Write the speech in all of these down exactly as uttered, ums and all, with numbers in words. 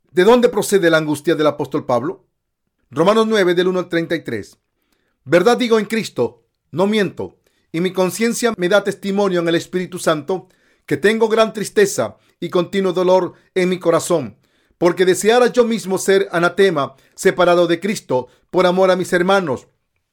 ¿De dónde procede la angustia del apóstol Pablo? Romanos nueve, del uno al treinta y tres. Verdad digo en Cristo, no miento, y mi conciencia me da testimonio en el Espíritu Santo, que tengo gran tristeza y continuo dolor en mi corazón, porque deseara yo mismo ser anatema, separado de Cristo, por amor a mis hermanos,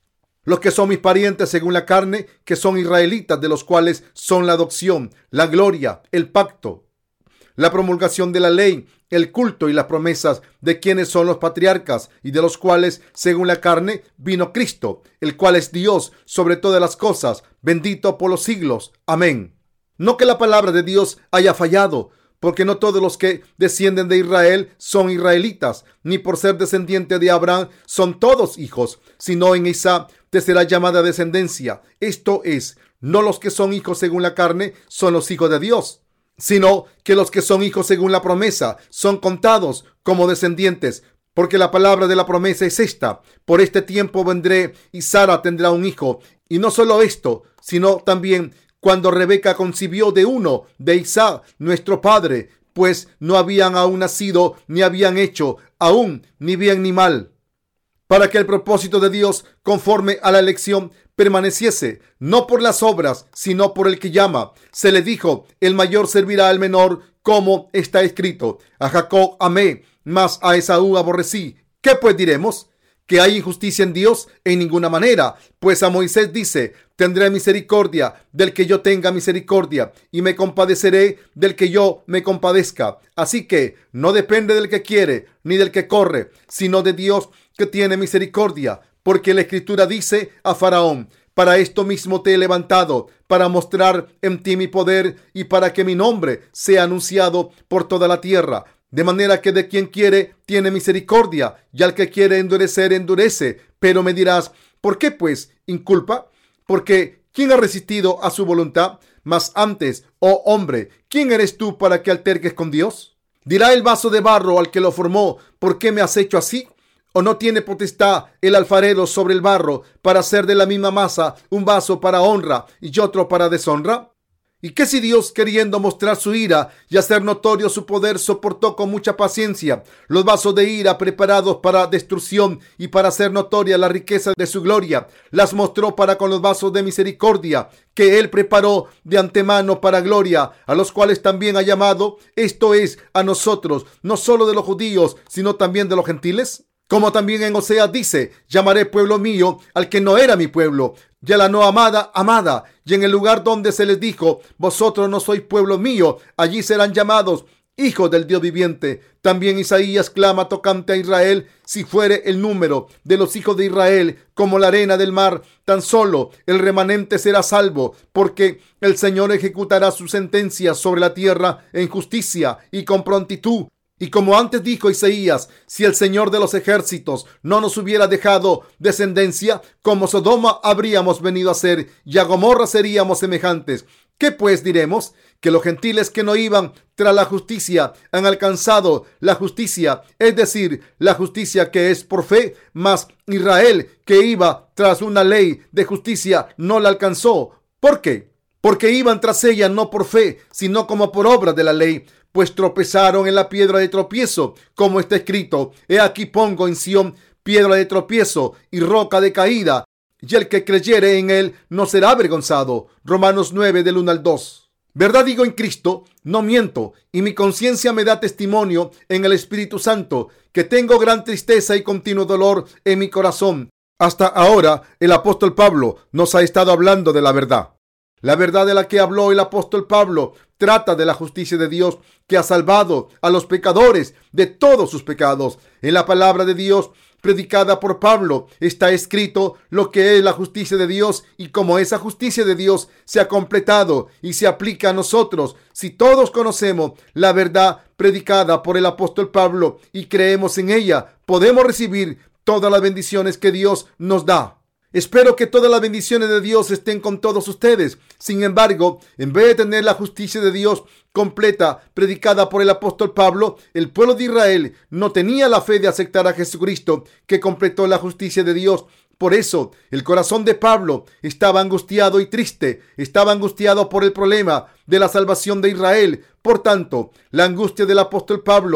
los que son mis parientes según la carne, que son israelitas, de los cuales son la adopción, la gloria, el pacto, la promulgación de la ley, el culto y las promesas, de quienes son los patriarcas, y de los cuales, según la carne, vino Cristo, el cual es Dios sobre todas las cosas, bendito por los siglos. Amén. No que la palabra de Dios haya fallado, porque no todos los que descienden de Israel son israelitas, ni por ser descendiente de Abraham son todos hijos, sino en Isaac te será llamada descendencia. Esto es, no los que son hijos según la carne son los hijos de Dios, sino que los que son hijos según la promesa son contados como descendientes, porque la palabra de la promesa es esta: por este tiempo vendré y Sara tendrá un hijo. Y no solo esto, sino también cuando Rebeca concibió de uno de Isaac, nuestro padre, pues no habían aún nacido, ni habían hecho aún ni bien ni mal, para que el propósito de Dios, conforme a la elección, permaneciese, no por las obras, sino por el que llama. Se le dijo: el mayor servirá al menor, como está escrito: a Jacob amé, mas a Esaú aborrecí. ¿Qué pues diremos? ¿Que hay injusticia en Dios? En ninguna manera, pues a Moisés dice: tendré misericordia del que yo tenga misericordia, y me compadeceré del que yo me compadezca. Así que no depende del que quiere, ni del que corre, sino de Dios, que tiene misericordia. Porque la Escritura dice a Faraón: para esto mismo te he levantado, para mostrar en ti mi poder, y para que mi nombre sea anunciado por toda la tierra. De manera que de quien quiere tiene misericordia, y al que quiere endurecer, endurece. Pero me dirás: ¿por qué pues inculpa? Porque ¿quién ha resistido a su voluntad? Mas antes, oh hombre, ¿quién eres tú para que alterques con Dios? Dirá el vaso de barro al que lo formó: ¿por qué me has hecho así? ¿O no tiene potestad el alfarero sobre el barro para hacer de la misma masa un vaso para honra y otro para deshonra? ¿Y qué si Dios, queriendo mostrar su ira y hacer notorio su poder, soportó con mucha paciencia los vasos de ira preparados para destrucción, y para hacer notoria la riqueza de su gloria, las mostró para con los vasos de misericordia que él preparó de antemano para gloria, a los cuales también ha llamado, esto es, a nosotros, no solo de los judíos, sino también de los gentiles? Como también en Oseas dice: llamaré pueblo mío al que no era mi pueblo, y a la no amada, amada. Y en el lugar donde se les dijo: vosotros no sois pueblo mío, allí serán llamados hijos del Dios viviente. También Isaías clama tocante a Israel: si fuere el número de los hijos de Israel como la arena del mar, tan solo el remanente será salvo, porque el Señor ejecutará su sentencia sobre la tierra en justicia y con prontitud. Y como antes dijo Isaías: si el Señor de los ejércitos no nos hubiera dejado descendencia, como Sodoma habríamos venido a ser, y a Gomorra seríamos semejantes. ¿Qué pues diremos? Que los gentiles que no iban tras la justicia han alcanzado la justicia, es decir, la justicia que es por fe, mas Israel, que iba tras una ley de justicia, no la alcanzó. ¿Por qué? Porque iban tras ella no por fe, sino como por obra de la ley. Pues tropezaron en la piedra de tropiezo, como está escrito: he aquí pongo en Sión piedra de tropiezo y roca de caída, y el que creyere en él no será avergonzado. Romanos nueve, del uno al dos. Verdad digo en Cristo, no miento, y mi conciencia me da testimonio en el Espíritu Santo, que tengo gran tristeza y continuo dolor en mi corazón. Hasta ahora el apóstol Pablo nos ha estado hablando de la verdad. La verdad de la que habló el apóstol Pablo trata de la justicia de Dios, que ha salvado a los pecadores de todos sus pecados. En la palabra de Dios predicada por Pablo está escrito lo que es la justicia de Dios, y cómo esa justicia de Dios se ha completado y se aplica a nosotros. Si todos conocemos la verdad predicada por el apóstol Pablo y creemos en ella, podemos recibir todas las bendiciones que Dios nos da. Espero que todas las bendiciones de Dios estén con todos ustedes. Sin embargo, en vez de tener la justicia de Dios completa predicada por el apóstol Pablo, el pueblo de Israel no tenía la fe de aceptar a Jesucristo, que completó la justicia de Dios. Por eso, el corazón de Pablo estaba angustiado y triste. Estaba angustiado por el problema de la salvación de Israel. Por tanto, la angustia del apóstol Pablo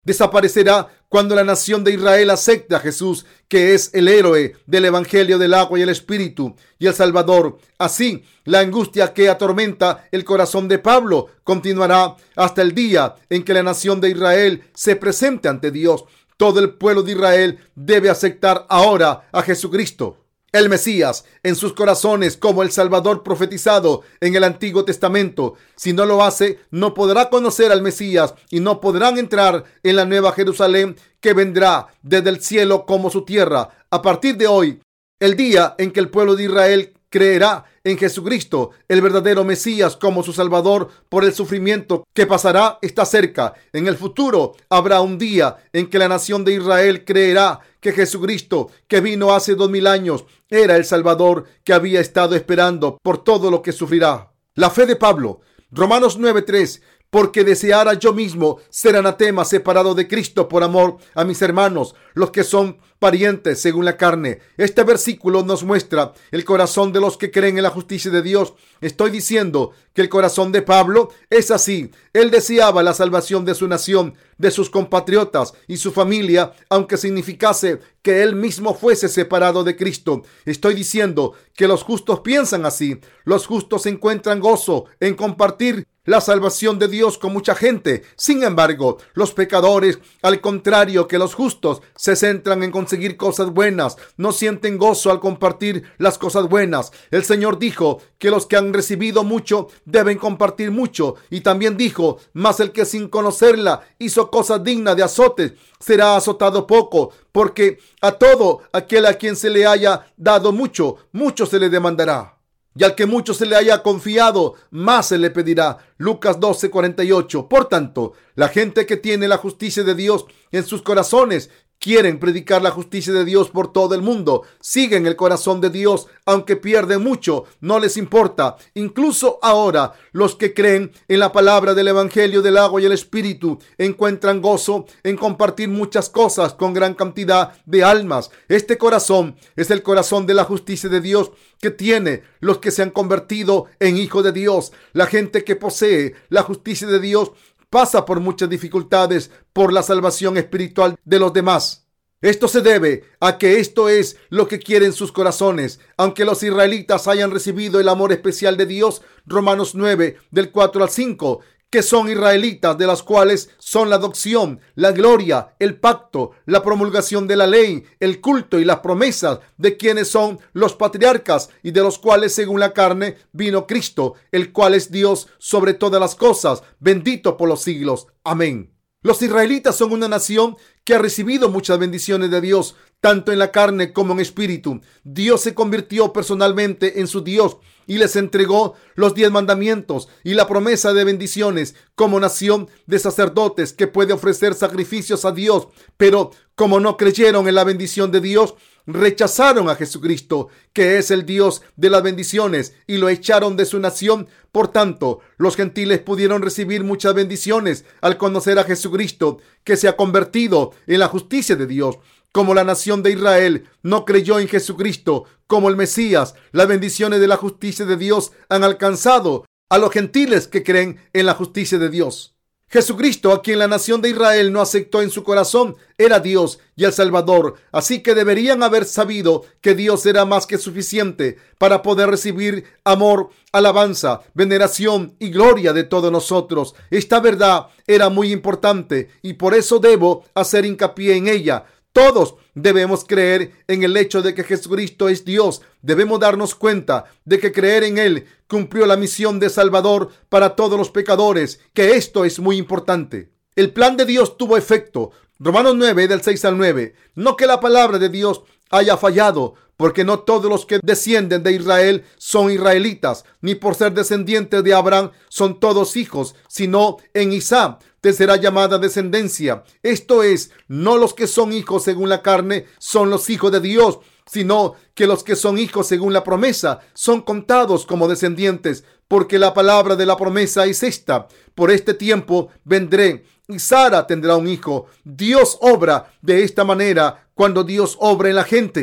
desaparecerá cuando la nación de Israel acepte a Jesús, que es el héroe del Evangelio del agua y el Espíritu y el Salvador. Así, la angustia que atormenta el corazón de Pablo continuará hasta el día en que la nación de Israel se presente ante Dios. Todo el pueblo de Israel debe aceptar ahora a Jesucristo, el Mesías, en sus corazones como el Salvador profetizado en el Antiguo Testamento. Si no lo hace, no podrá conocer al Mesías y no podrán entrar en la nueva Jerusalén que vendrá desde el cielo como su tierra. A partir de hoy, el día en que el pueblo de Israel creerá en Jesucristo, el verdadero Mesías, como su Salvador por el sufrimiento que pasará, está cerca. En el futuro habrá un día en que la nación de Israel creerá que Jesucristo, que vino hace dos mil años, era el Salvador que había estado esperando por todo lo que sufrirá. La fe de Pablo, Romanos nueve tres. Porque deseara yo mismo ser anatema, separado de Cristo por amor a mis hermanos, los que son parientes según la carne. Este versículo nos muestra el corazón de los que creen en la justicia de Dios. Estoy diciendo que el corazón de Pablo es así. Él deseaba la salvación de su nación, de sus compatriotas y su familia, aunque significase que él mismo fuese separado de Cristo. Estoy diciendo que los justos piensan así. Los justos encuentran gozo en compartir la salvación de Dios con mucha gente. Sin embargo, los pecadores, al contrario que los justos, se centran en conseguir cosas buenas. No sienten gozo al compartir las cosas buenas. El Señor dijo que los que han recibido mucho deben compartir mucho. Y también dijo, mas el que sin conocerla hizo cosas dignas de azotes, será azotado poco, porque a todo aquel a quien se le haya dado mucho, mucho se le demandará. Y al que mucho se le haya confiado, más se le pedirá. Lucas doce cuarenta y ocho. Por tanto, la gente que tiene la justicia de Dios en sus corazones quieren predicar la justicia de Dios por todo el mundo. Siguen el corazón de Dios, aunque pierden mucho, no les importa. Incluso ahora, los que creen en la palabra del Evangelio del agua y el Espíritu encuentran gozo en compartir muchas cosas con gran cantidad de almas. Este corazón es el corazón de la justicia de Dios que tiene los que se han convertido en hijos de Dios. La gente que posee la justicia de Dios pasa por muchas dificultades por la salvación espiritual de los demás. Esto se debe a que esto es lo que quieren sus corazones. Aunque los israelitas hayan recibido el amor especial de Dios, Romanos nueve, del cuatro al cinco, que son israelitas, de las cuales son la adopción, la gloria, el pacto, la promulgación de la ley, el culto y las promesas, de quienes son los patriarcas y de los cuales según la carne vino Cristo, el cual es Dios sobre todas las cosas, bendito por los siglos. Amén. Los israelitas son una nación que ha recibido muchas bendiciones de Dios, tanto en la carne como en espíritu. Dios se convirtió personalmente en su Dios y les entregó los diez mandamientos y la promesa de bendiciones como nación de sacerdotes que puede ofrecer sacrificios a Dios. Pero como no creyeron en la bendición de Dios, rechazaron a Jesucristo, que es el Dios de las bendiciones, y lo echaron de su nación. Por tanto, los gentiles pudieron recibir muchas bendiciones al conocer a Jesucristo, que se ha convertido en la justicia de Dios. Como la nación de Israel no creyó en Jesucristo como el Mesías, las bendiciones de la justicia de Dios han alcanzado a los gentiles que creen en la justicia de Dios. Jesucristo, a quien la nación de Israel no aceptó en su corazón, era Dios y el Salvador. Así que deberían haber sabido que Dios era más que suficiente para poder recibir amor, alabanza, veneración y gloria de todos nosotros. Esta verdad era muy importante y por eso debo hacer hincapié en ella. Todos debemos creer en el hecho de que Jesucristo es Dios. Debemos darnos cuenta de que creer en Él cumplió la misión de Salvador para todos los pecadores, que esto es muy importante. El plan de Dios tuvo efecto. Romanos nueve, del seis al nueve. No que la palabra de Dios haya fallado, porque no todos los que descienden de Israel son israelitas, ni por ser descendientes de Abraham son todos hijos, sino en Isaac te será llamada descendencia. Esto es, no los que son hijos según la carne son los hijos de Dios, sino que los que son hijos según la promesa son contados como descendientes, porque la palabra de la promesa es esta: por este tiempo vendré y Sara tendrá un hijo. Dios obra de esta manera cuando Dios obra en la gente.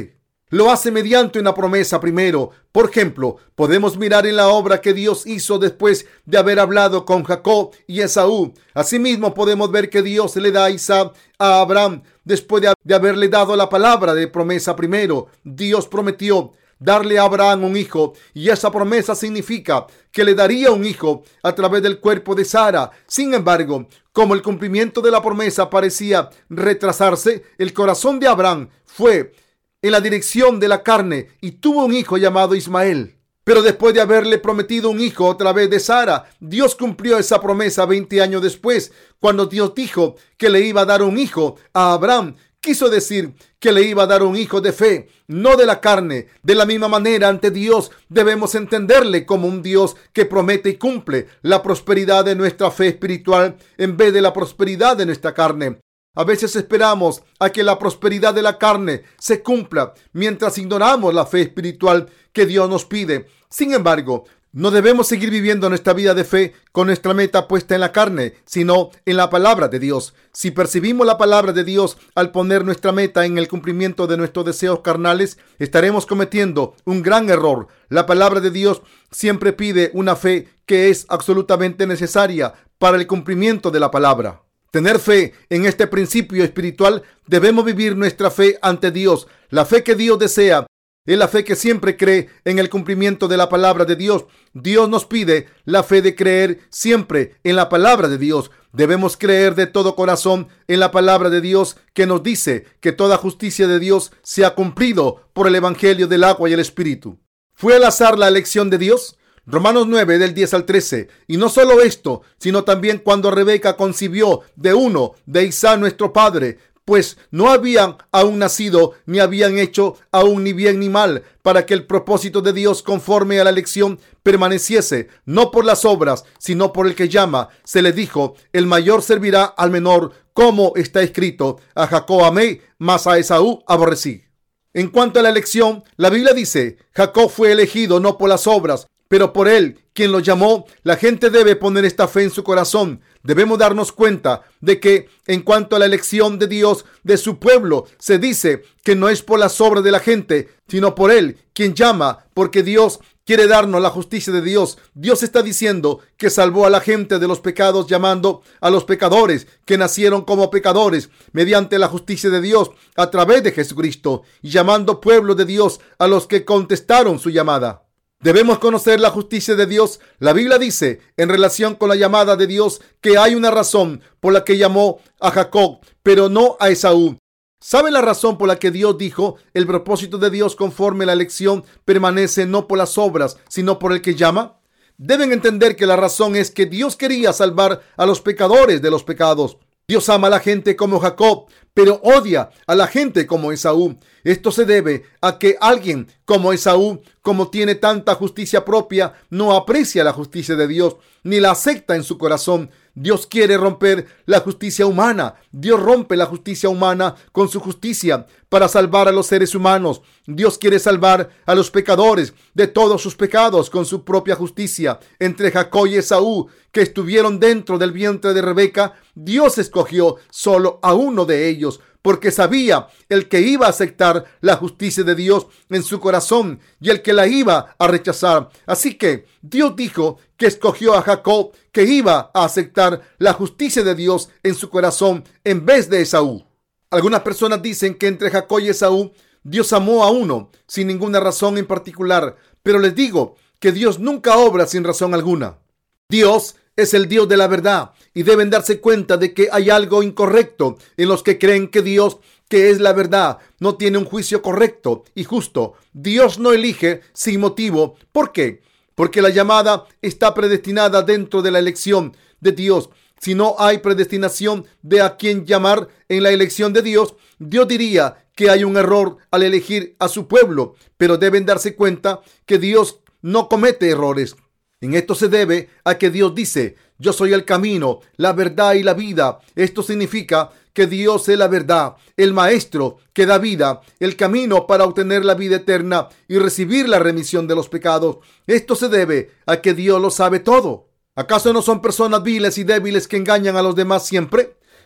Lo hace mediante una promesa primero. Por ejemplo, podemos mirar en la obra que Dios hizo después de haber hablado con Jacob y Esaú. Asimismo, podemos ver que Dios le da a Isaac a Abraham después de, de haberle dado la palabra de promesa primero. Dios prometió darle a Abraham un hijo, y esa promesa significa que le daría un hijo a través del cuerpo de Sara. Sin embargo, como el cumplimiento de la promesa parecía retrasarse, el corazón de Abraham fue en la dirección de la carne y tuvo un hijo llamado Ismael. Pero después de haberle prometido un hijo a través de Sara, Dios cumplió esa promesa veinte años después, cuando Dios dijo que le iba a dar un hijo a Abraham. Quiso decir que le iba a dar un hijo de fe, no de la carne. De la misma manera, ante Dios debemos entenderle como un Dios que promete y cumple la prosperidad de nuestra fe espiritual en vez de la prosperidad de nuestra carne. A veces esperamos a que la prosperidad de la carne se cumpla mientras ignoramos la fe espiritual que Dios nos pide. Sin embargo, no debemos seguir viviendo nuestra vida de fe con nuestra meta puesta en la carne, sino en la palabra de Dios. Si percibimos la palabra de Dios al poner nuestra meta en el cumplimiento de nuestros deseos carnales, estaremos cometiendo un gran error. La palabra de Dios siempre pide una fe que es absolutamente necesaria para el cumplimiento de la palabra. Tener fe en este principio espiritual, debemos vivir nuestra fe ante Dios. La fe que Dios desea es la fe que siempre cree en el cumplimiento de la palabra de Dios. Dios nos pide la fe de creer siempre en la palabra de Dios. Debemos creer de todo corazón en la palabra de Dios, que nos dice que toda justicia de Dios se ha cumplido por el evangelio del agua y el espíritu. ¿Fue al azar la elección de Dios? Romanos nueve, del diez al trece. Y no solo esto, sino también cuando Rebeca concibió de uno de Isaac nuestro padre, pues no habían aún nacido, ni habían hecho aún ni bien ni mal, para que el propósito de Dios conforme a la elección permaneciese, no por las obras, sino por el que llama. Se le dijo: el mayor servirá al menor, como está escrito: a Jacob amé, mas a Esaú aborrecí. En cuanto a la elección, la Biblia dice: Jacob fue elegido no por las obras, pero por él, quien lo llamó. La gente debe poner esta fe en su corazón. Debemos darnos cuenta de que en cuanto a la elección de Dios de su pueblo, se dice que no es por las obras de la gente, sino por él, quien llama, porque Dios quiere darnos la justicia de Dios. Dios está diciendo que salvó a la gente de los pecados, llamando a los pecadores que nacieron como pecadores mediante la justicia de Dios a través de Jesucristo, y llamando pueblo de Dios a los que contestaron su llamada. Debemos conocer la justicia de Dios. La Biblia dice en relación con la llamada de Dios que hay una razón por la que llamó a Jacob, pero no a Esaú. ¿Sabe la razón por la que Dios dijo: el propósito de Dios conforme a la elección permanece no por las obras, sino por el que llama? Deben entender que la razón es que Dios quería salvar a los pecadores de los pecados. Dios ama a la gente como Jacob, pero odia a la gente como Esaú. Esto se debe a que alguien como Esaú, como tiene tanta justicia propia, no aprecia la justicia de Dios, ni la acepta en su corazón. Dios quiere romper la justicia humana. Dios rompe la justicia humana con su justicia para salvar a los seres humanos. Dios quiere salvar a los pecadores de todos sus pecados con su propia justicia. Entre Jacob y Esaú, que estuvieron dentro del vientre de Rebeca, Dios escogió solo a uno de ellos, porque sabía el que iba a aceptar la justicia de Dios en su corazón y el que la iba a rechazar. Así que Dios dijo que escogió a Jacob, que iba a aceptar la justicia de Dios en su corazón en vez de Esaú. Algunas personas dicen que entre Jacob y Esaú, Dios amó a uno sin ninguna razón en particular, pero les digo que Dios nunca obra sin razón alguna. Dios es el Dios de la verdad, y deben darse cuenta de que hay algo incorrecto en los que creen que Dios, que es la verdad, no tiene un juicio correcto y justo. Dios no elige sin motivo. ¿Por qué? Porque la llamada está predestinada dentro de la elección de Dios. Si no hay predestinación de a quién llamar en la elección de Dios, Dios diría que hay un error al elegir a su pueblo. Pero deben darse cuenta que Dios no comete errores. En esto se debe a que Dios dice: yo soy el camino, la verdad y la vida. Esto significa que Dios es la verdad, el maestro que da vida, el camino para obtener la vida eterna y recibir la remisión de los pecados. Esto se debe a que Dios lo sabe todo. ¿Acaso no son personas viles y débiles que engañan a los demás siempre?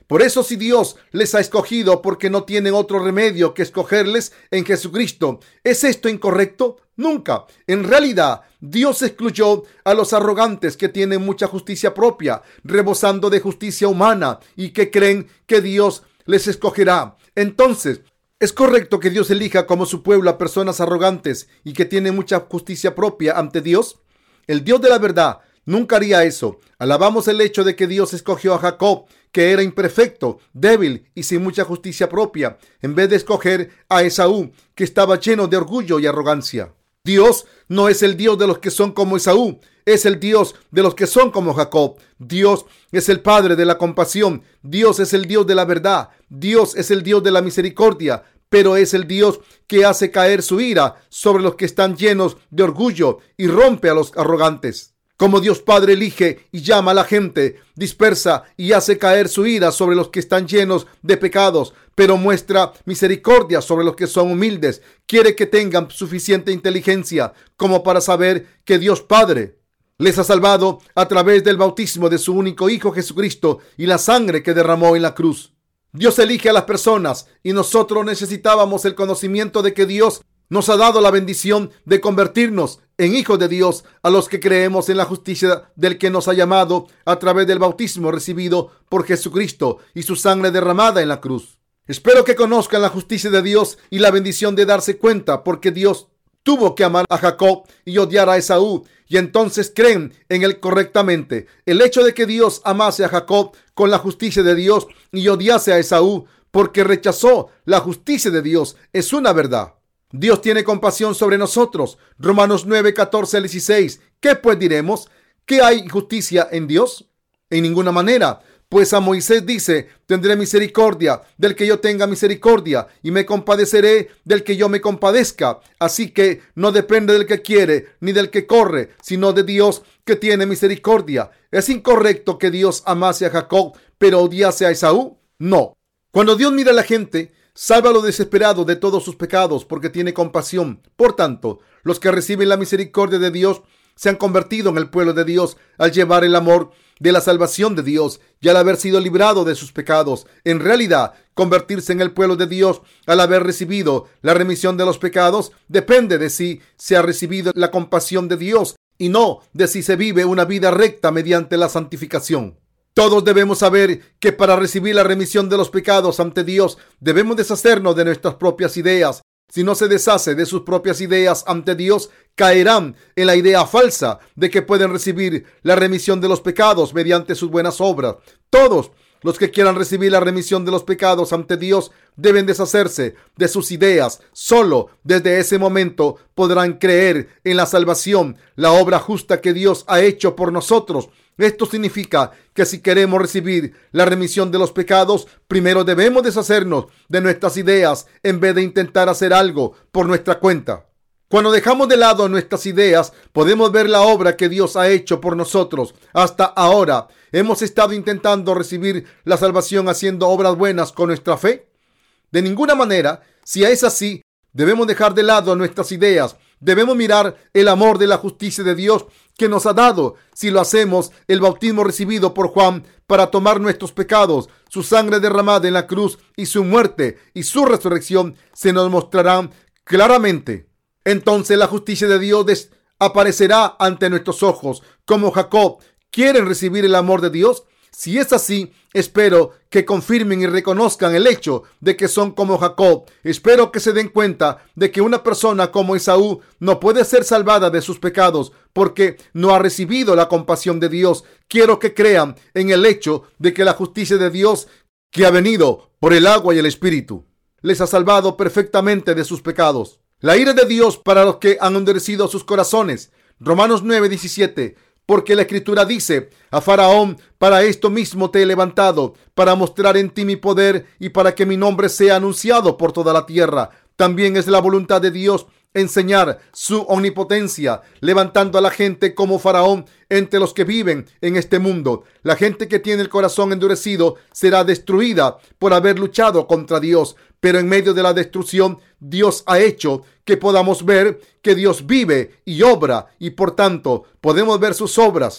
Por eso, si Dios les ha escogido porque no tienen otro remedio que escogerles en Jesucristo, ¿es esto incorrecto? Nunca. En realidad, Dios excluyó a los arrogantes que tienen mucha justicia propia, rebosando de justicia humana y que creen que Dios les escogerá. Entonces, ¿es correcto que Dios elija como su pueblo a personas arrogantes y que tienen mucha justicia propia ante Dios? El Dios de la verdad nunca haría eso. Alabamos el hecho de que Dios escogió a Jacob, que era imperfecto, débil y sin mucha justicia propia, en vez de escoger a Esaú, que estaba lleno de orgullo y arrogancia. Dios no es el Dios de los que son como Esaú, es el Dios de los que son como Jacob. Dios es el Padre de la compasión, Dios es el Dios de la verdad, Dios es el Dios de la misericordia, pero es el Dios que hace caer su ira sobre los que están llenos de orgullo y rompe a los arrogantes. Como Dios Padre elige y llama a la gente, dispersa y hace caer su ira sobre los que están llenos de pecados, pero muestra misericordia sobre los que son humildes. Quiere que tengan suficiente inteligencia como para saber que Dios Padre les ha salvado a través del bautismo de su único Hijo Jesucristo y la sangre que derramó en la cruz. Dios elige a las personas y nosotros necesitábamos el conocimiento de que Dios nos ha dado la bendición de convertirnos en hijos de Dios a los que creemos en la justicia del que nos ha llamado a través del bautismo recibido por Jesucristo y su sangre derramada en la cruz. Espero que conozcan la justicia de Dios y la bendición de darse cuenta porque Dios tuvo que amar a Jacob y odiar a Esaú, y entonces creen en él correctamente. El hecho de que Dios amase a Jacob con la justicia de Dios y odiase a Esaú porque rechazó la justicia de Dios es una verdad. Dios tiene compasión sobre nosotros. Romanos nueve, catorce al dieciséis. ¿Qué pues diremos? ¿Que hay justicia en Dios? En ninguna manera. Pues a Moisés dice: tendré misericordia del que yo tenga misericordia y me compadeceré del que yo me compadezca. Así que no depende del que quiere ni del que corre, sino de Dios que tiene misericordia. ¿Es incorrecto que Dios amase a Jacob pero odiase a Esaú? No. Cuando Dios mira a la gente, salva a los desesperados de todos sus pecados porque tiene compasión. Por tanto, los que reciben la misericordia de Dios se han convertido en el pueblo de Dios al llevar el amor de la salvación de Dios y al haber sido librado de sus pecados. En realidad, convertirse en el pueblo de Dios al haber recibido la remisión de los pecados depende de si se ha recibido la compasión de Dios y no de si se vive una vida recta mediante la santificación. Todos debemos saber que para recibir la remisión de los pecados ante Dios debemos deshacernos de nuestras propias ideas. Si no se deshace de sus propias ideas ante Dios, caerán en la idea falsa de que pueden recibir la remisión de los pecados mediante sus buenas obras. Todos los que quieran recibir la remisión de los pecados ante Dios deben deshacerse de sus ideas. Solo desde ese momento podrán creer en la salvación, la obra justa que Dios ha hecho por nosotros. Esto significa que si queremos recibir la remisión de los pecados, primero debemos deshacernos de nuestras ideas en vez de intentar hacer algo por nuestra cuenta. Cuando dejamos de lado nuestras ideas, podemos ver la obra que Dios ha hecho por nosotros. Hasta ahora, ¿hemos estado intentando recibir la salvación haciendo obras buenas con nuestra fe? De ninguna manera. Si es así, debemos dejar de lado nuestras ideas. Debemos mirar el amor de la justicia de Dios que nos ha dado. Si lo hacemos, el bautismo recibido por Juan para tomar nuestros pecados, su sangre derramada en la cruz y su muerte y su resurrección se nos mostrarán claramente. Entonces la justicia de Dios des- aparecerá ante nuestros ojos. Como Jacob, ¿quieren recibir el amor de Dios? Si es así, espero que confirmen y reconozcan el hecho de que son como Jacob. Espero que se den cuenta de que una persona como Esaú no puede ser salvada de sus pecados porque no ha recibido la compasión de Dios. Quiero que crean en el hecho de que la justicia de Dios, que ha venido por el agua y el Espíritu, les ha salvado perfectamente de sus pecados. La ira de Dios para los que han endurecido sus corazones. Romanos nueve, diecisiete. Porque la Escritura dice: a Faraón, para esto mismo te he levantado, para mostrar en ti mi poder y para que mi nombre sea anunciado por toda la tierra. También es la voluntad de Dios enseñar su omnipotencia, levantando a la gente como Faraón entre los que viven en este mundo. La gente que tiene el corazón endurecido será destruida por haber luchado contra Dios. Pero en medio de la destrucción, Dios ha hecho que podamos ver que Dios vive y obra, y por tanto podemos ver sus obras.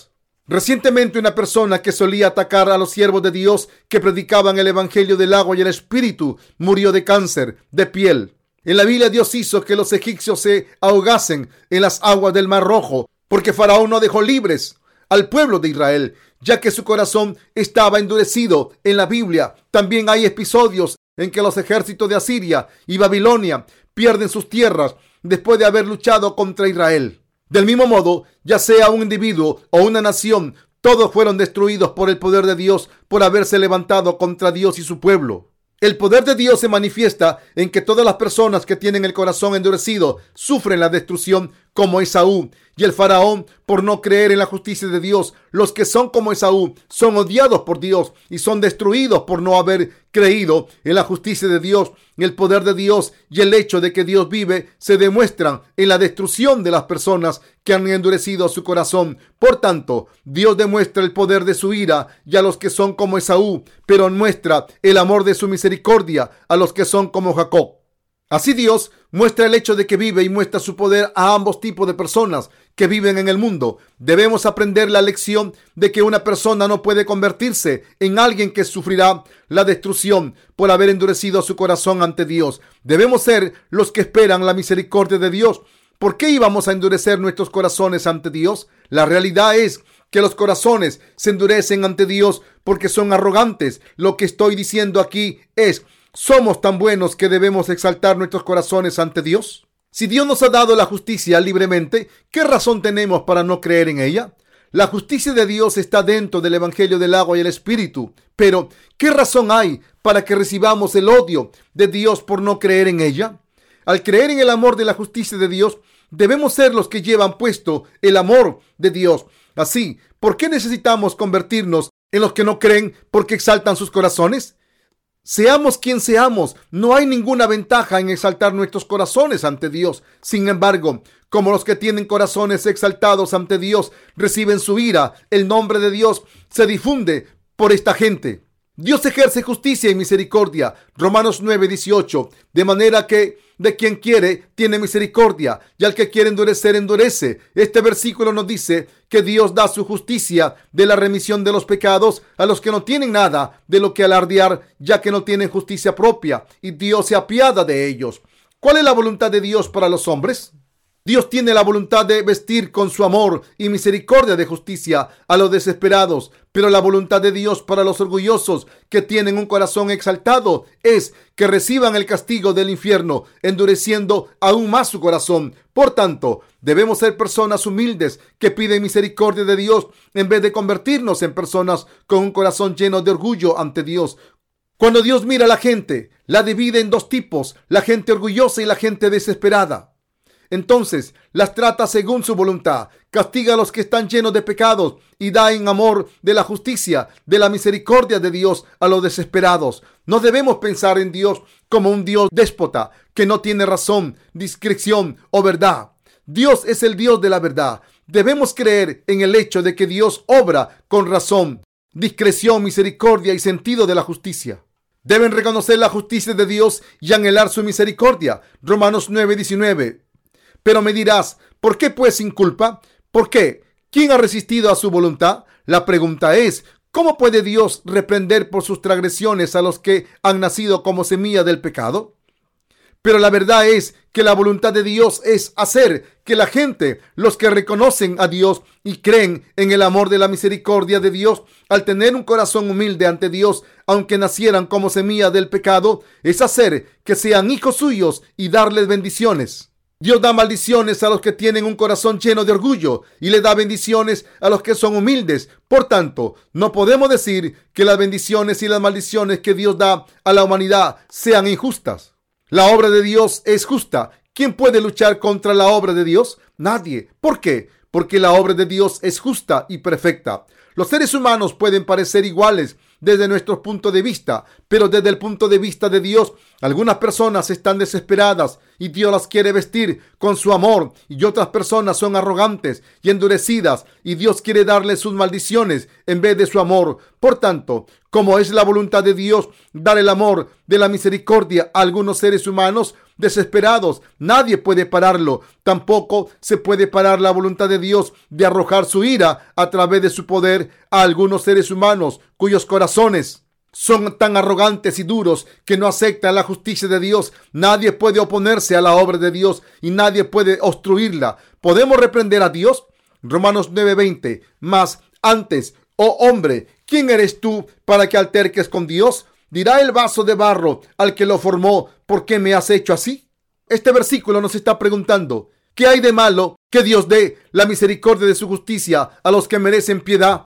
Recientemente una persona que solía atacar a los siervos de Dios que predicaban el evangelio del agua y el espíritu murió de cáncer de piel. En la Biblia Dios hizo que los egipcios se ahogasen en las aguas del Mar Rojo porque Faraón no dejó libres al pueblo de Israel, ya que su corazón estaba endurecido. En la Biblia también hay episodios en que los ejércitos de Asiria y Babilonia pierden sus tierras después de haber luchado contra Israel. Del mismo modo, ya sea un individuo o una nación, todos fueron destruidos por el poder de Dios por haberse levantado contra Dios y su pueblo. El poder de Dios se manifiesta en que todas las personas que tienen el corazón endurecido sufren la destrucción, como Esaú y el faraón, por no creer en la justicia de Dios. Los que son como Esaú son odiados por Dios y son destruidos por no haber creído en la justicia de Dios. El poder de Dios y el hecho de que Dios vive se demuestran en la destrucción de las personas que han endurecido su corazón. Por tanto, Dios demuestra el poder de su ira y a los que son como Esaú, pero muestra el amor de su misericordia a los que son como Jacob. Así Dios muestra el hecho de que vive y muestra su poder a ambos tipos de personas que viven en el mundo. Debemos aprender la lección de que una persona no puede convertirse en alguien que sufrirá la destrucción por haber endurecido su corazón ante Dios. Debemos ser los que esperan la misericordia de Dios. ¿Por qué íbamos a endurecer nuestros corazones ante Dios? La realidad es que los corazones se endurecen ante Dios porque son arrogantes. Lo que estoy diciendo aquí es: ¿somos tan buenos que debemos exaltar nuestros corazones ante Dios? Si Dios nos ha dado la justicia libremente, ¿qué razón tenemos para no creer en ella? La justicia de Dios está dentro del evangelio del agua y el espíritu. Pero, ¿qué razón hay para que recibamos el odio de Dios por no creer en ella? Al creer en el amor de la justicia de Dios, debemos ser los que llevan puesto el amor de Dios. Así, ¿por qué necesitamos convertirnos en los que no creen porque exaltan sus corazones? Seamos quien seamos, no hay ninguna ventaja en exaltar nuestros corazones ante Dios. Sin embargo, como los que tienen corazones exaltados ante Dios reciben su ira, el nombre de Dios se difunde por esta gente. Dios ejerce justicia y misericordia. Romanos nueve dieciocho. De manera que de quien quiere tiene misericordia, y al que quiere endurecer, endurece. Este versículo nos dice que Dios da su justicia de la remisión de los pecados a los que no tienen nada de lo que alardear, ya que no tienen justicia propia, y Dios se apiada de ellos. ¿Cuál es la voluntad de Dios para los hombres? Dios tiene la voluntad de vestir con su amor y misericordia de justicia a los desesperados, pero la voluntad de Dios para los orgullosos que tienen un corazón exaltado es que reciban el castigo del infierno, endureciendo aún más su corazón. Por tanto, debemos ser personas humildes que piden misericordia de Dios en vez de convertirnos en personas con un corazón lleno de orgullo ante Dios. Cuando Dios mira a la gente, la divide en dos tipos: la gente orgullosa y la gente desesperada. Entonces las trata según su voluntad, castiga a los que están llenos de pecados y da en amor de la justicia, de la misericordia de Dios a los desesperados. No debemos pensar en Dios como un Dios déspota que no tiene razón, discreción o verdad. Dios es el Dios de la verdad. Debemos creer en el hecho de que Dios obra con razón, discreción, misericordia y sentido de la justicia. Deben reconocer la justicia de Dios y anhelar su misericordia. Romanos nueve diecinueve. Pero me dirás, ¿por qué pues sin culpa? ¿Por qué? ¿Quién ha resistido a su voluntad? La pregunta es, ¿cómo puede Dios reprender por sus transgresiones a los que han nacido como semilla del pecado? Pero la verdad es que la voluntad de Dios es hacer que la gente, los que reconocen a Dios y creen en el amor de la misericordia de Dios, al tener un corazón humilde ante Dios, aunque nacieran como semilla del pecado, es hacer que sean hijos suyos y darles bendiciones. Dios da maldiciones a los que tienen un corazón lleno de orgullo y le da bendiciones a los que son humildes. Por tanto, no podemos decir que las bendiciones y las maldiciones que Dios da a la humanidad sean injustas. La obra de Dios es justa. ¿Quién puede luchar contra la obra de Dios? Nadie. ¿Por qué? Porque la obra de Dios es justa y perfecta. Los seres humanos pueden parecer iguales desde nuestro punto de vista, pero desde el punto de vista de Dios, algunas personas están desesperadas y Dios las quiere vestir con su amor, y otras personas son arrogantes y endurecidas y Dios quiere darles sus maldiciones en vez de su amor. Por tanto, como es la voluntad de Dios dar el amor de la misericordia a algunos seres humanos, desesperados. Nadie puede pararlo. Tampoco se puede parar la voluntad de Dios de arrojar su ira a través de su poder a algunos seres humanos cuyos corazones son tan arrogantes y duros que no aceptan la justicia de Dios. Nadie puede oponerse a la obra de Dios y nadie puede obstruirla. ¿Podemos reprender a Dios? Romanos nueve veinte. Mas antes, oh hombre, ¿quién eres tú para que alterques con Dios? Dirá el vaso de barro al que lo formó: ¿por qué me has hecho así? Este versículo nos está preguntando: ¿qué hay de malo que Dios dé la misericordia de su justicia a los que merecen piedad?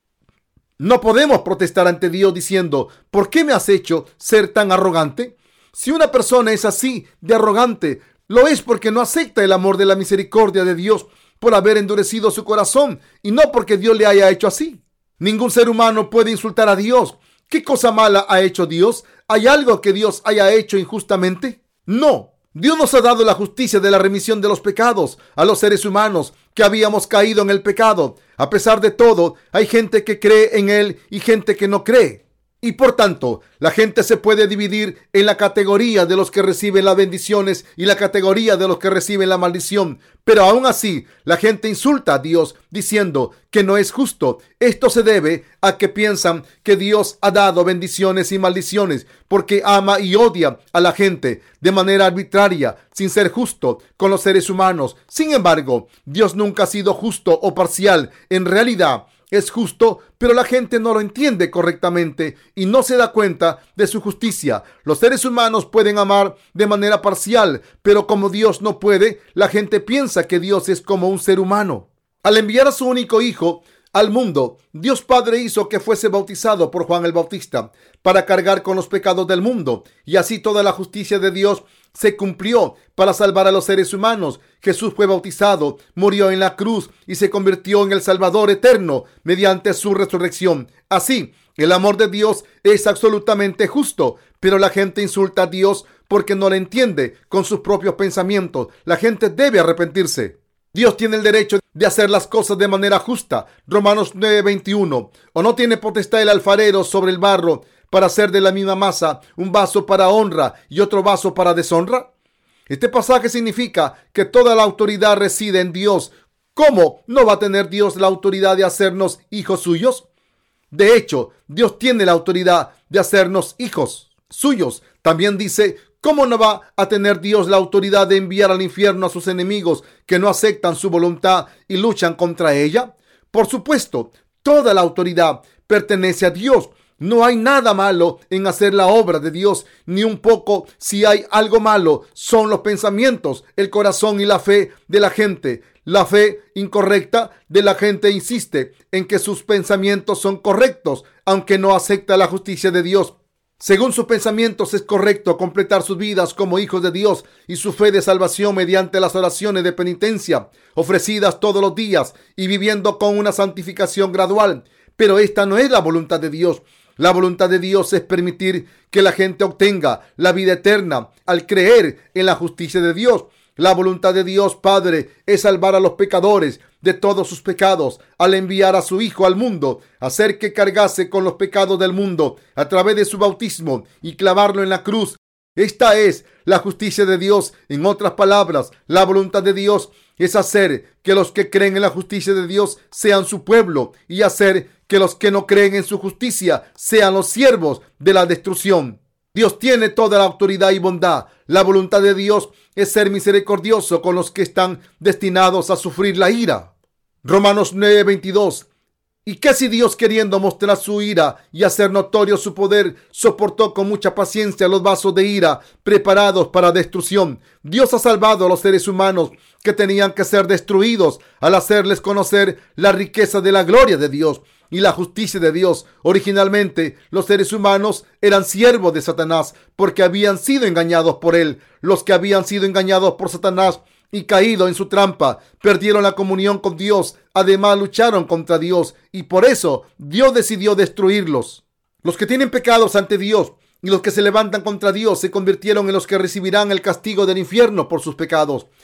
No podemos protestar ante Dios diciendo: ¿por qué me has hecho ser tan arrogante? Si una persona es así de arrogante, lo es porque no acepta el amor de la misericordia de Dios por haber endurecido su corazón, y no porque Dios le haya hecho así. Ningún ser humano puede insultar a Dios. ¿Qué cosa mala ha hecho Dios? ¿Hay algo que Dios haya hecho injustamente? No. Dios nos ha dado la justicia de la remisión de los pecados a los seres humanos que habíamos caído en el pecado. A pesar de todo, hay gente que cree en Él y gente que no cree. Y por tanto, la gente se puede dividir en la categoría de los que reciben las bendiciones y la categoría de los que reciben la maldición. Pero aún así, la gente insulta a Dios diciendo que no es justo. Esto se debe a que piensan que Dios ha dado bendiciones y maldiciones porque ama y odia a la gente de manera arbitraria, sin ser justo con los seres humanos. Sin embargo, Dios nunca ha sido justo o parcial. En realidad, es justo, pero la gente no lo entiende correctamente y no se da cuenta de su justicia. Los seres humanos pueden amar de manera parcial, pero como Dios no puede, la gente piensa que Dios es como un ser humano. Al enviar a su único hijo al mundo, Dios Padre hizo que fuese bautizado por Juan el Bautista para cargar con los pecados del mundo, y así toda la justicia de Dios se cumplió para salvar a los seres humanos. Jesús fue bautizado, murió en la cruz y se convirtió en el Salvador eterno mediante su resurrección. Así, el amor de Dios es absolutamente justo, pero la gente insulta a Dios porque no le entiende con sus propios pensamientos. La gente debe arrepentirse. Dios tiene el derecho de hacer las cosas de manera justa. Romanos nueve veintiuno. ¿O no tiene potestad el alfarero sobre el barro para hacer de la misma masa un vaso para honra y otro vaso para deshonra? Este pasaje significa que toda la autoridad reside en Dios. ¿Cómo no va a tener Dios la autoridad de hacernos hijos suyos? De hecho, Dios tiene la autoridad de hacernos hijos suyos. También dice: ¿cómo no va a tener Dios la autoridad de enviar al infierno a sus enemigos que no aceptan su voluntad y luchan contra ella? Por supuesto, toda la autoridad pertenece a Dios. No hay nada malo en hacer la obra de Dios, ni un poco. Si hay algo malo, son los pensamientos, el corazón y la fe de la gente. La fe incorrecta de la gente insiste en que sus pensamientos son correctos, aunque no acepta la justicia de Dios. Según sus pensamientos, es correcto completar sus vidas como hijos de Dios y su fe de salvación mediante las oraciones de penitencia ofrecidas todos los días y viviendo con una santificación gradual. Pero esta no es la voluntad de Dios. La voluntad de Dios es permitir que la gente obtenga la vida eterna al creer en la justicia de Dios. La voluntad de Dios Padre es salvar a los pecadores de todos sus pecados al enviar a su Hijo al mundo, hacer que cargase con los pecados del mundo a través de su bautismo y clavarlo en la cruz. Esta es la justicia de Dios. En otras palabras, la voluntad de Dios es hacer que los que creen en la justicia de Dios sean su pueblo y hacer que los que no creen en su justicia sean los siervos de la destrucción. Dios tiene toda la autoridad y bondad. La voluntad de Dios es ser misericordioso con los que están destinados a sufrir la ira. Romanos nueve veintidós. ¿Y qué si Dios, queriendo mostrar su ira y hacer notorio su poder, soportó con mucha paciencia los vasos de ira preparados para destrucción? Dios ha salvado a los seres humanos que tenían que ser destruidos al hacerles conocer la riqueza de la gloria de Dios y la justicia de Dios. Originalmente, los seres humanos eran siervos de Satanás porque habían sido engañados por él. Los que habían sido engañados por Satanás y caído en su trampa perdieron la comunión con Dios. Además, lucharon contra Dios y por eso Dios decidió destruirlos. Los que tienen pecados ante Dios y los que se levantan contra Dios se convirtieron en los que recibirán el castigo del infierno por sus pecados.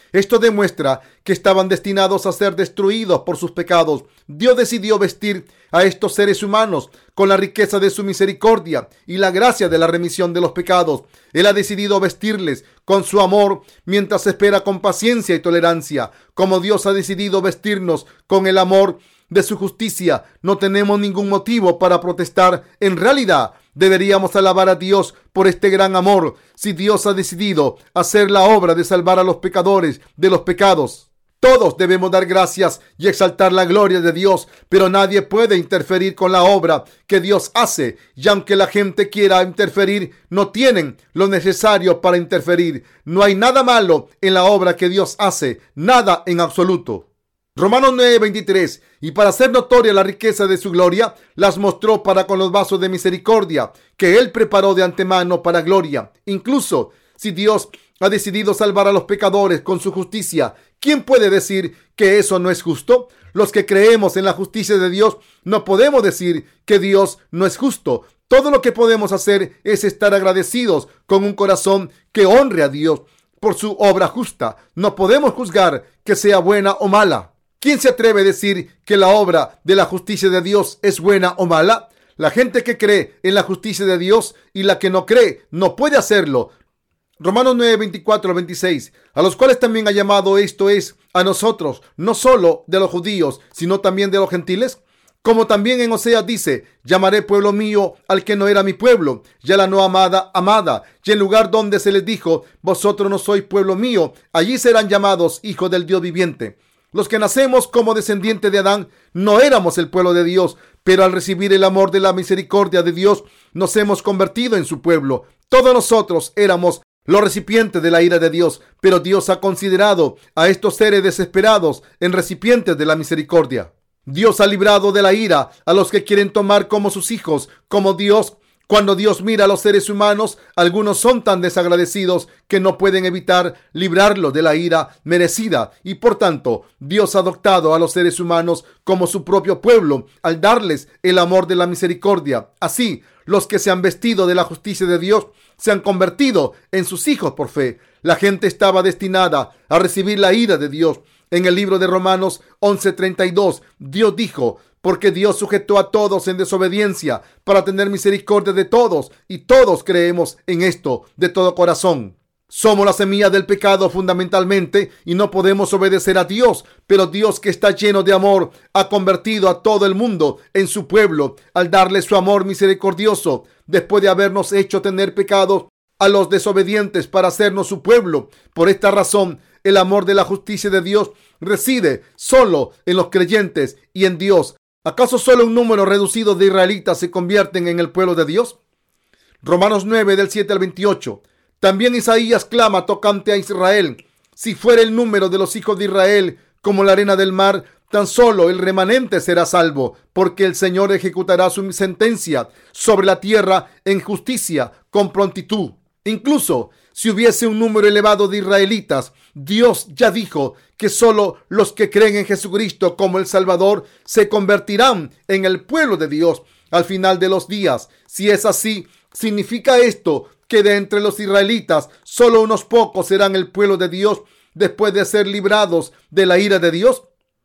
Esto demuestra que estaban destinados a ser destruidos por sus pecados. Dios decidió vestir a estos seres humanos con la riqueza de su misericordia y la gracia de la remisión de los pecados. Él ha decidido vestirles con su amor mientras espera con paciencia y tolerancia. Como Dios ha decidido vestirnos con el amor de su justicia, no tenemos ningún motivo para protestar. En realidad, deberíamos alabar a Dios por este gran amor. Si Dios ha decidido hacer la obra de salvar a los pecadores de los pecados, todos debemos dar gracias y exaltar la gloria de Dios, pero nadie puede interferir con la obra que Dios hace, y aunque la gente quiera interferir, no tienen lo necesario para interferir. No hay nada malo en la obra que Dios hace, nada en absoluto. Romanos nueve veintitrés, y para hacer notoria la riqueza de su gloria, las mostró para con los vasos de misericordia, que Él preparó de antemano para gloria. Incluso si Dios ha decidido salvar a los pecadores con su justicia, ¿quién puede decir que eso no es justo? Los que creemos en la justicia de Dios no podemos decir que Dios no es justo. Todo lo que podemos hacer es estar agradecidos con un corazón que honre a Dios por su obra justa. No podemos juzgar que sea buena o mala. ¿Quién se atreve a decir que la obra de la justicia de Dios es buena o mala? La gente que cree en la justicia de Dios y la que no cree no puede hacerlo. Romanos nueve veinticuatro al veintiséis, a los cuales también ha llamado, esto es, a nosotros, no solo de los judíos, sino también de los gentiles. Como también en Oseas dice, llamaré pueblo mío al que no era mi pueblo, y a la no amada, amada. Y en lugar donde se les dijo, vosotros no sois pueblo mío, allí serán llamados hijos del Dios viviente. Los que nacemos como descendientes de Adán no éramos el pueblo de Dios, pero al recibir el amor de la misericordia de Dios, nos hemos convertido en su pueblo. Todos nosotros éramos los recipientes de la ira de Dios, pero Dios ha considerado a estos seres desesperados en recipientes de la misericordia. Dios ha librado de la ira a los que quieren tomar como sus hijos, como Dios. Cuando Dios mira a los seres humanos, algunos son tan desagradecidos que no pueden evitar librarlos de la ira merecida, y por tanto Dios ha adoptado a los seres humanos como su propio pueblo al darles el amor de la misericordia. Así, los que se han vestido de la justicia de Dios se han convertido en sus hijos por fe. La gente estaba destinada a recibir la ira de Dios. En el libro de Romanos once treinta y dos, Dios dijo: porque Dios sujetó a todos en desobediencia para tener misericordia de todos, y todos creemos en esto de todo corazón. Somos la semilla del pecado fundamentalmente y no podemos obedecer a Dios, pero Dios, que está lleno de amor, ha convertido a todo el mundo en su pueblo al darle su amor misericordioso después de habernos hecho tener pecados a los desobedientes para hacernos su pueblo. Por esta razón, el amor de la justicia de Dios reside solo en los creyentes y en Dios. ¿Acaso solo un número reducido de israelitas se convierten en el pueblo de Dios? Romanos nueve del siete al veintiocho. También Isaías clama tocante a Israel: si fuera el número de los hijos de Israel como la arena del mar, tan solo el remanente será salvo, porque el Señor ejecutará su sentencia sobre la tierra en justicia con prontitud. Incluso si hubiese un número elevado de israelitas, Dios ya dijo que solo los que creen en Jesucristo como el Salvador se convertirán en el pueblo de Dios al final de los días. Si es así, ¿significa esto que de entre los israelitas solo unos pocos serán el pueblo de Dios después de ser librados de la ira de Dios?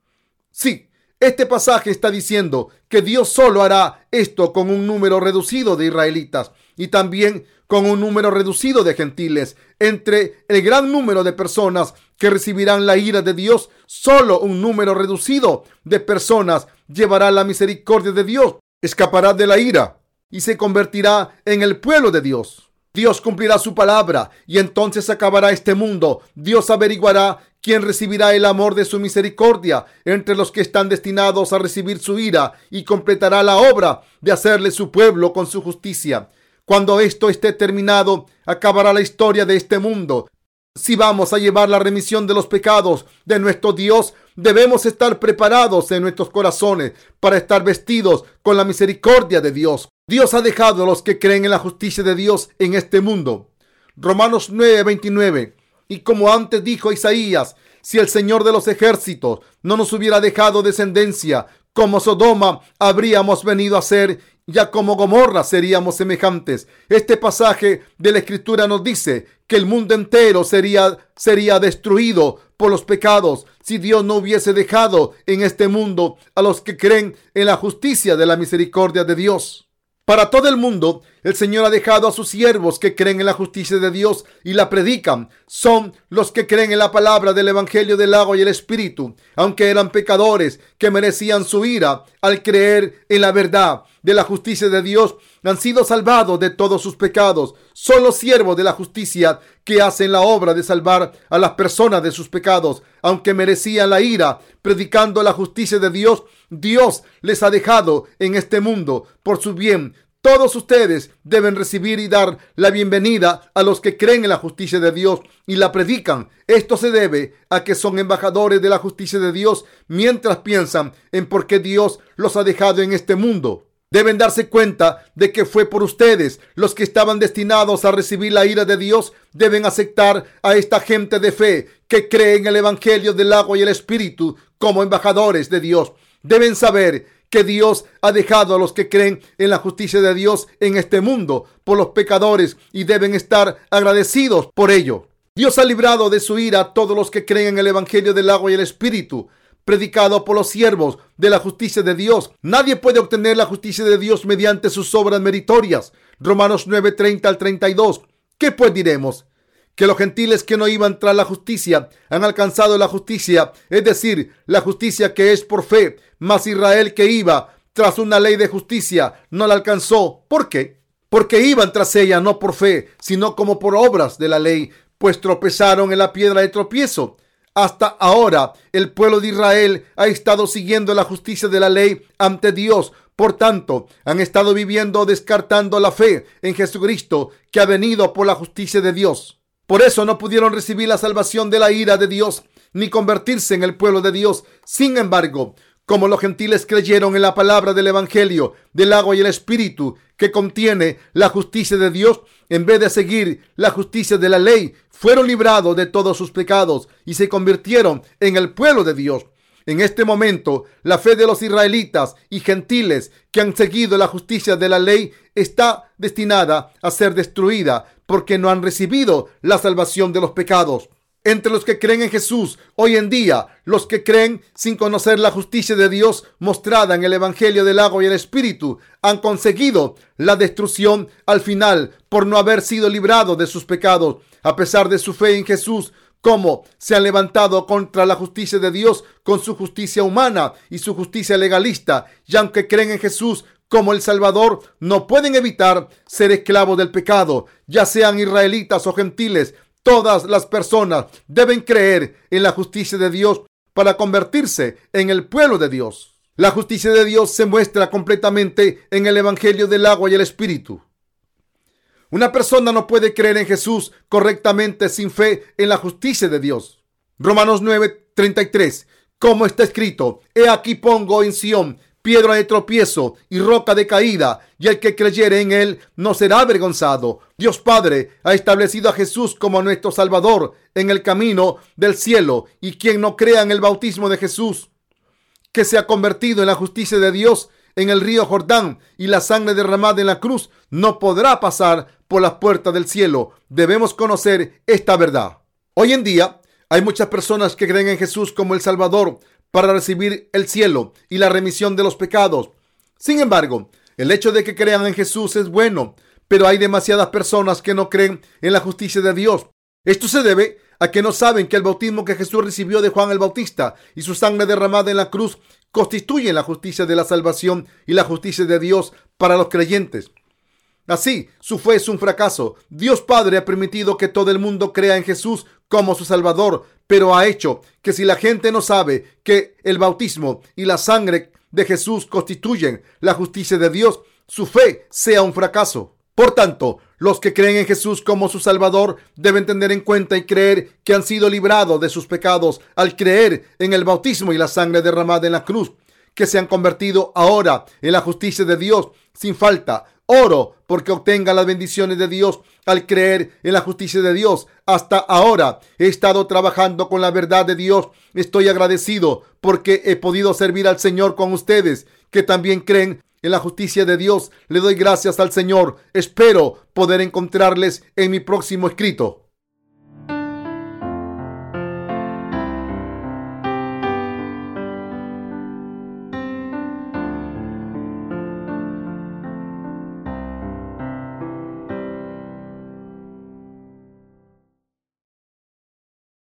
Sí, este pasaje está diciendo que Dios solo hará esto con un número reducido de israelitas y también con un número reducido de gentiles. Entre el gran número de personas que recibirán la ira de Dios, solo un número reducido de personas llevará la misericordia de Dios, escapará de la ira y se convertirá en el pueblo de Dios. Dios cumplirá su palabra y entonces acabará este mundo. Dios averiguará quién recibirá el amor de su misericordia entre los que están destinados a recibir su ira y completará la obra de hacerle su pueblo con su justicia. Cuando esto esté terminado, acabará la historia de este mundo. Si vamos a llevar la remisión de los pecados de nuestro Dios, debemos estar preparados en nuestros corazones para estar vestidos con la misericordia de Dios. Dios ha dejado a los que creen en la justicia de Dios en este mundo. Romanos nueve veintinueve. Y como antes dijo Isaías, si el Señor de los ejércitos no nos hubiera dejado descendencia, Como Sodoma habríamos venido a ser, ya como Gomorra seríamos semejantes. Este pasaje de la Escritura nos dice que el mundo entero sería, sería destruido por los pecados si Dios no hubiese dejado en este mundo a los que creen en la justicia de la misericordia de Dios. Para todo el mundo, el Señor ha dejado a sus siervos que creen en la justicia de Dios y la predican. Son los que creen en la palabra del Evangelio del agua y el Espíritu, aunque eran pecadores que merecían su ira. Al creer en la verdad de la justicia de Dios, han sido salvados de todos sus pecados. Son los siervos de la justicia que hacen la obra de salvar a las personas de sus pecados. Aunque merecían la ira, predicando la justicia de Dios, Dios les ha dejado en este mundo por su bien. Todos ustedes deben recibir y dar la bienvenida a los que creen en la justicia de Dios y la predican. Esto se debe a que son embajadores de la justicia de Dios mientras piensan en por qué Dios los ha dejado en este mundo. Deben darse cuenta de que fue por ustedes los que estaban destinados a recibir la ira de Dios. Deben aceptar a esta gente de fe que cree en el Evangelio del agua y el Espíritu como embajadores de Dios. Deben saber que Dios ha dejado a los que creen en la justicia de Dios en este mundo por los pecadores y deben estar agradecidos por ello. Dios ha librado de su ira a todos los que creen en el Evangelio del agua y el Espíritu, predicado por los siervos de la justicia de Dios. Nadie puede obtener la justicia de Dios mediante sus obras meritorias. Romanos nueve, treinta al treinta y dos. ¿Qué pues diremos? Que los gentiles que no iban tras la justicia han alcanzado la justicia, es decir, la justicia que es por fe, mas Israel que iba tras una ley de justicia no la alcanzó. ¿Por qué? Porque iban tras ella no por fe, sino como por obras de la ley, pues tropezaron en la piedra de tropiezo. Hasta ahora, el pueblo de Israel ha estado siguiendo la justicia de la ley ante Dios. Por tanto, han estado viviendo descartando la fe en Jesucristo, que ha venido por la justicia de Dios. Por eso no pudieron recibir la salvación de la ira de Dios, ni convertirse en el pueblo de Dios. Sin embargo, como los gentiles creyeron en la palabra del Evangelio, del agua y el Espíritu, que contiene la justicia de Dios, en vez de seguir la justicia de la ley, fueron librados de todos sus pecados y se convirtieron en el pueblo de Dios. En este momento, la fe de los israelitas y gentiles que han seguido la justicia de la ley está destinada a ser destruida porque no han recibido la salvación de los pecados. Entre los que creen en Jesús hoy en día, los que creen sin conocer la justicia de Dios mostrada en el Evangelio del agua y el Espíritu, han conseguido la destrucción al final por no haber sido librados de sus pecados. A pesar de su fe en Jesús, como se han levantado contra la justicia de Dios con su justicia humana y su justicia legalista, y aunque creen en Jesús como el Salvador, no pueden evitar ser esclavos del pecado, ya sean israelitas o gentiles. Todas las personas deben creer en la justicia de Dios para convertirse en el pueblo de Dios. La justicia de Dios se muestra completamente en el Evangelio del agua y el Espíritu. Una persona no puede creer en Jesús correctamente sin fe en la justicia de Dios. Romanos nueve, treinta y tres. Como está escrito: He aquí pongo en Sión piedra de tropiezo y roca de caída, y el que creyere en él no será avergonzado. Dios Padre ha establecido a Jesús como nuestro Salvador en el camino del cielo, y quien no crea en el bautismo de Jesús, que se ha convertido en la justicia de Dios en el río Jordán y la sangre derramada en la cruz, no podrá pasar por las puertas del cielo. Debemos conocer esta verdad. Hoy en día hay muchas personas que creen en Jesús como el Salvador para recibir el cielo y la remisión de los pecados. Sin embargo, el hecho de que crean en Jesús es bueno, pero hay demasiadas personas que no creen en la justicia de Dios. Esto se debe a que no saben que el bautismo que Jesús recibió de Juan el Bautista y su sangre derramada en la cruz constituyen la justicia de la salvación y la justicia de Dios para los creyentes. Así, su fe es un fracaso. Dios Padre ha permitido que todo el mundo crea en Jesús como su Salvador, pero ha hecho que si la gente no sabe que el bautismo y la sangre de Jesús constituyen la justicia de Dios, su fe sea un fracaso. Por tanto, los que creen en Jesús como su Salvador deben tener en cuenta y creer que han sido librados de sus pecados al creer en el bautismo y la sangre derramada en la cruz, que se han convertido ahora en la justicia de Dios sin falta. Oro porque obtenga las bendiciones de Dios al creer en la justicia de Dios. Hasta ahora he estado trabajando con la verdad de Dios. Estoy agradecido porque he podido servir al Señor con ustedes que también creen en la justicia de Dios. Le doy gracias al Señor. Espero poder encontrarles en mi próximo escrito.